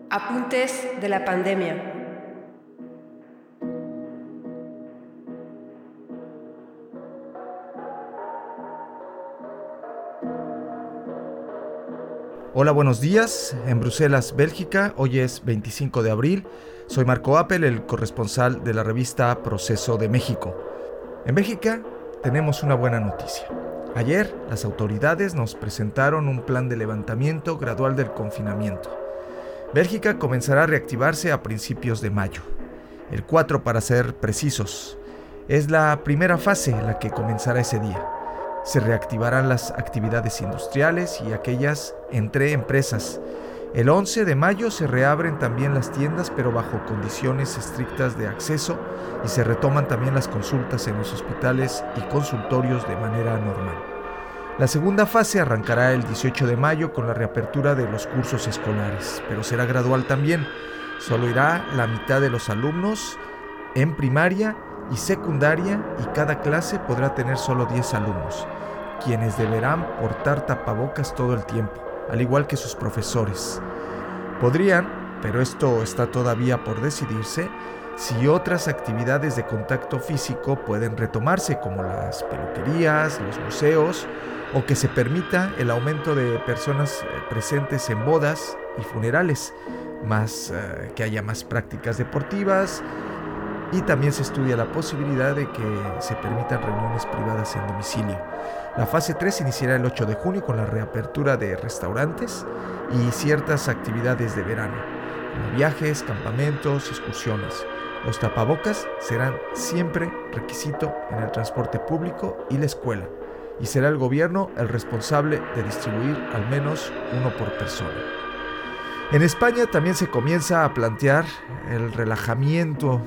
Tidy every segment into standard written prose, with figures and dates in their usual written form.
Apuntes de la pandemia. Hola, buenos días. En Bruselas, Bélgica, hoy es 25 de abril. Soy Marco Appel, el corresponsal de la revista Proceso de México. En Bélgica tenemos una buena noticia. Ayer las autoridades nos presentaron un plan de levantamiento gradual del confinamiento. Bélgica comenzará a reactivarse a principios de mayo, el 4 para ser precisos. Es la primera fase la que comenzará ese día. Se reactivarán las actividades industriales y aquellas entre empresas. El 11 de mayo se reabren también las tiendas, pero bajo condiciones estrictas de acceso, y se retoman también las consultas en los hospitales y consultorios de manera normal. La segunda fase arrancará el 18 de mayo con la reapertura de los cursos escolares, pero será gradual también. Solo irá la mitad de los alumnos en primaria y secundaria, y cada clase podrá tener solo 10 alumnos, quienes deberán portar tapabocas todo el tiempo, al igual que sus profesores. Podrían, pero esto está todavía por decidirse, si otras actividades de contacto físico pueden retomarse, como las peluquerías, los museos, o que se permita el aumento de personas presentes en bodas y funerales, que haya más prácticas deportivas. Y también se estudia la posibilidad de que se permitan reuniones privadas en domicilio. La fase 3 iniciará el 8 de junio con la reapertura de restaurantes y ciertas actividades de verano, como viajes, campamentos, excursiones. Los tapabocas serán siempre requisito en el transporte público y la escuela, y será el gobierno el responsable de distribuir al menos uno por persona. En España también se comienza a plantear el relajamiento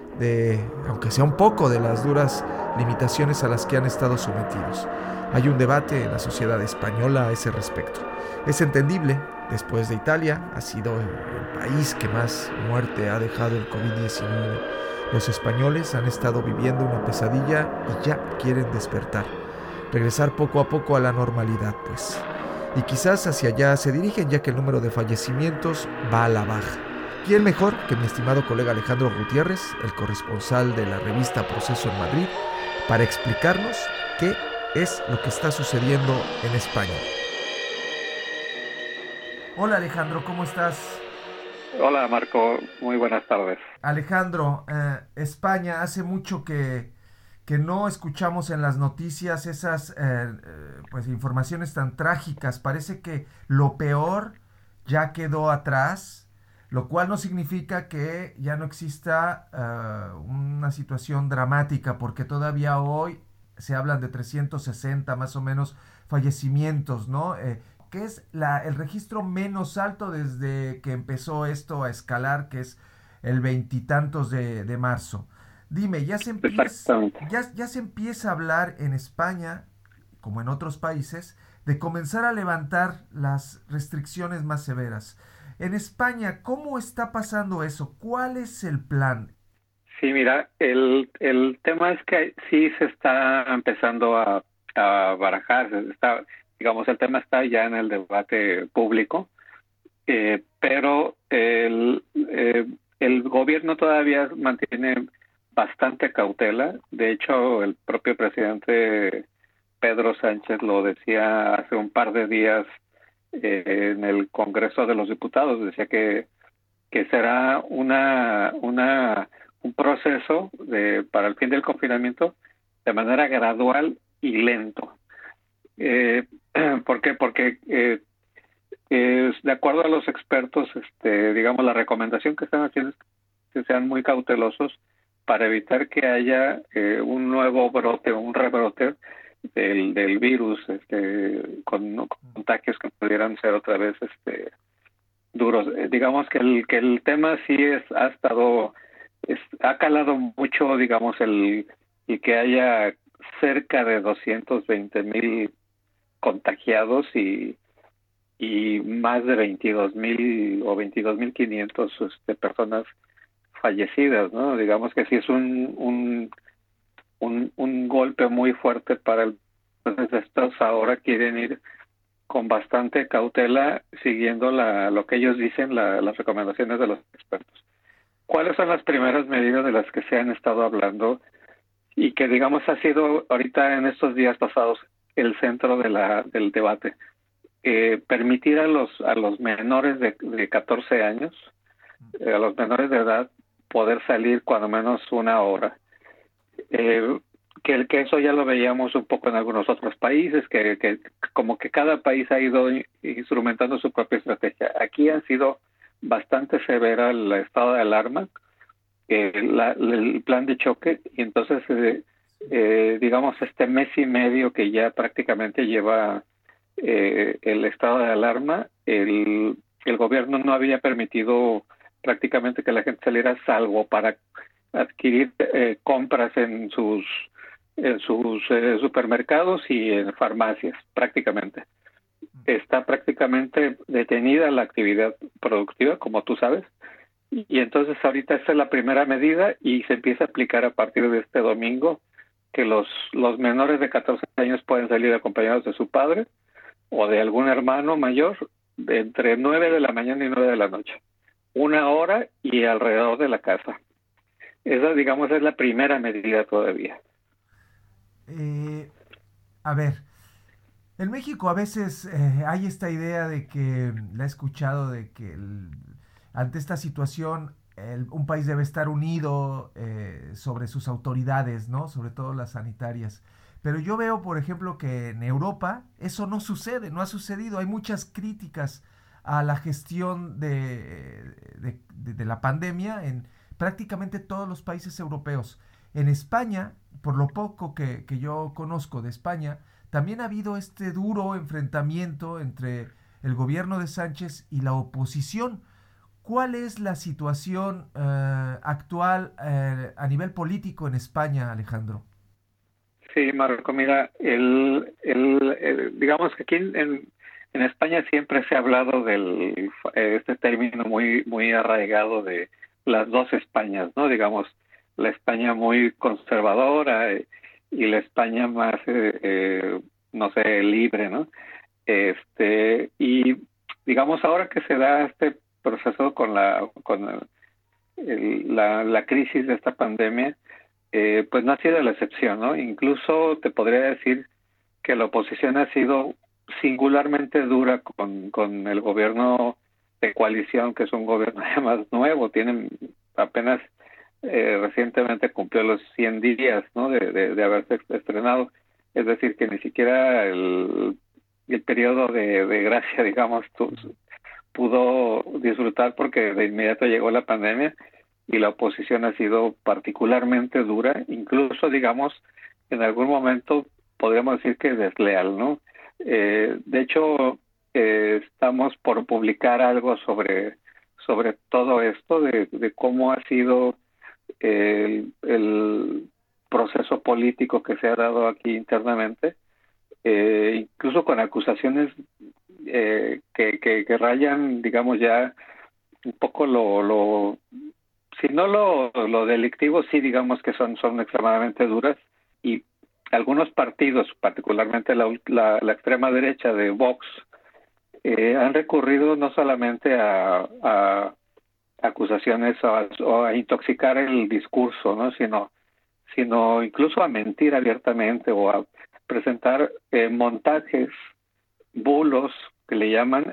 aunque sea un poco, de las duras limitaciones a las que han estado sometidos. Hay un debate en la sociedad española a ese respecto. Es entendible, después de Italia, ha sido el país que más muerte ha dejado el COVID-19. Los españoles han estado viviendo una pesadilla y ya quieren despertar, regresar poco a poco a la normalidad, pues. Y quizás hacia allá se dirigen, ya que el número de fallecimientos va a la baja. ¿Quién mejor que mi estimado colega Alejandro Gutiérrez, el corresponsal de la revista Proceso en Madrid, para explicarnos qué es lo que está sucediendo en España? Hola Alejandro, ¿cómo estás? Hola Marco, muy buenas tardes. Alejandro, España, hace mucho que no escuchamos en las noticias esas pues informaciones tan trágicas. Parece que lo peor ya quedó atrás, lo cual no significa que ya no exista una situación dramática, porque todavía hoy se hablan de 360 más o menos fallecimientos, ¿no? Que es el registro menos alto desde que empezó esto a escalar, que es el veintitantos de marzo. Dime, Exactamente. ya se empieza a hablar en España, como en otros países, de comenzar a levantar las restricciones más severas. En España, ¿cómo está pasando eso? ¿Cuál es el plan? Sí, mira, el tema es que sí se está empezando a barajar, digamos, el tema está ya en el debate público, pero el gobierno todavía mantiene bastante cautela. De hecho, el propio presidente Pedro Sánchez lo decía hace un par de días en el Congreso de los Diputados, decía que será un proceso para el fin del confinamiento de manera gradual y lento. Eh, ¿Por qué? Porque de acuerdo a los expertos, digamos, la recomendación que están haciendo es que sean muy cautelosos para evitar que haya un nuevo brote o un rebrote del virus, con contagios que pudieran ser otra vez duros. Digamos que el tema sí ha calado mucho, digamos, y que haya cerca de 220,000 contagiados y más de 22,000 o 22,500 personas fallecidas, ¿no? Digamos que sí es un golpe muy fuerte para el. Entonces estos ahora quieren ir con bastante cautela, siguiendo lo que ellos dicen, las recomendaciones de los expertos. ¿Cuáles son las primeras medidas de las que se han estado hablando y que, digamos, ha sido ahorita en estos días pasados el centro del debate? Permitir a los menores de 14 años, a los menores de edad, poder salir cuando menos una hora. Que eso ya lo veíamos un poco en algunos otros países, que como que cada país ha ido instrumentando su propia estrategia. Aquí han sido bastante severa el estado de alarma, el plan de choque, y entonces, digamos, este mes y medio que ya prácticamente lleva el estado de alarma, el gobierno no había permitido prácticamente que la gente saliera, salvo para adquirir compras en sus supermercados y en farmacias, prácticamente. Está prácticamente detenida la actividad productiva, como tú sabes, y entonces ahorita esta es la primera medida y se empieza a aplicar a partir de este domingo, que los menores de 14 años pueden salir acompañados de su padre o de algún hermano mayor entre 9 de la mañana y 9 de la noche, una hora y alrededor de la casa. Esa, digamos, es la primera medida todavía. A ver, en México a veces hay esta idea de que, la he escuchado, de que ante esta situación un país debe estar unido sobre sus autoridades, ¿no? Sobre todo las sanitarias. Pero yo veo, por ejemplo, que en Europa eso no sucede, no ha sucedido. Hay muchas críticas a la gestión de la pandemia en prácticamente todos los países europeos. En España, por lo poco que yo conozco de España, también ha habido este duro enfrentamiento entre el gobierno de Sánchez y la oposición. ¿Cuál es la situación actual a nivel político en España, Alejandro? Sí, Marco, mira, digamos que aquí en España siempre se ha hablado del este término muy arraigado de las dos Españas, ¿no? Digamos, la España muy conservadora y la España más, no sé, libre, ¿no? Y digamos, ahora que se da este proceso con la crisis de esta pandemia, pues no ha sido la excepción, ¿no? Incluso te podría decir que la oposición ha sido singularmente dura con el gobierno de coalición, que es un gobierno además nuevo, tienen apenas recientemente cumplió los 100 días, ¿no? de haberse estrenado, es decir, que ni siquiera el periodo de gracia, digamos, pudo disfrutar porque de inmediato llegó la pandemia y la oposición ha sido particularmente dura, incluso, digamos, en algún momento podríamos decir que desleal, ¿no? De hecho, estamos por publicar algo sobre todo esto, de cómo ha sido el proceso político que se ha dado aquí internamente, incluso con acusaciones que rayan, digamos, ya un poco si no lo delictivo, sí, digamos que son extremadamente duras, y algunos partidos, particularmente la extrema derecha de Vox, han recurrido no solamente a acusaciones o a intoxicar el discurso, ¿no? sino incluso a mentir abiertamente o a presentar montajes, bulos que le llaman,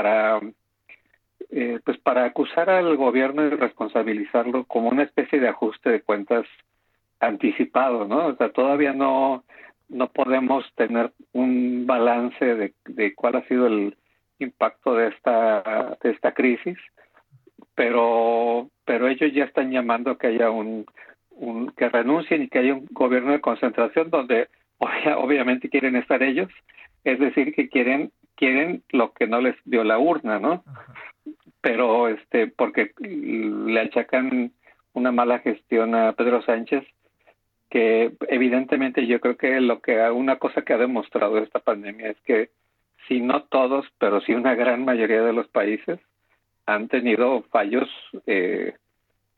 pues para acusar al gobierno y responsabilizarlo como una especie de ajuste de cuentas anticipado, ¿no? O sea, todavía no podemos tener un balance de cuál ha sido el impacto de esta crisis, pero ellos ya están llamando que haya que renuncien y que haya un gobierno de concentración donde obviamente quieren estar ellos, es decir, que quieren lo que no les dio la urna, ¿no? Pero porque le achacan una mala gestión a Pedro Sánchez, que evidentemente yo creo que una cosa que ha demostrado esta pandemia es que si no todos, pero sí una gran mayoría de los países han tenido fallos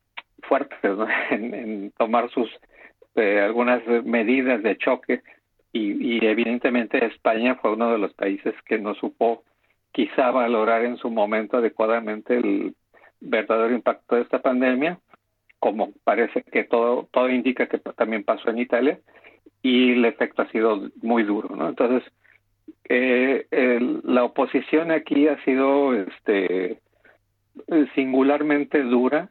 fuertes, ¿no? en tomar algunas medidas de choque y evidentemente España fue uno de los países que no supo quizá valorar en su momento adecuadamente el verdadero impacto de esta pandemia, como parece que todo indica que también pasó en Italia, y el efecto ha sido muy duro, ¿no? Entonces, la oposición aquí ha sido singularmente dura,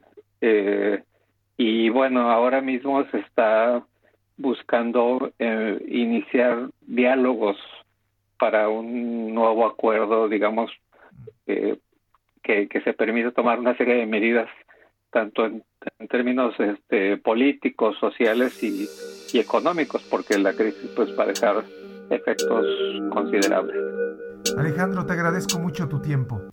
y bueno, ahora mismo se está buscando iniciar diálogos para un nuevo acuerdo, digamos, que se permite tomar una serie de medidas tanto en términos políticos, sociales y económicos, porque la crisis pues va a dejar efectos considerables. Alejandro, te agradezco mucho tu tiempo.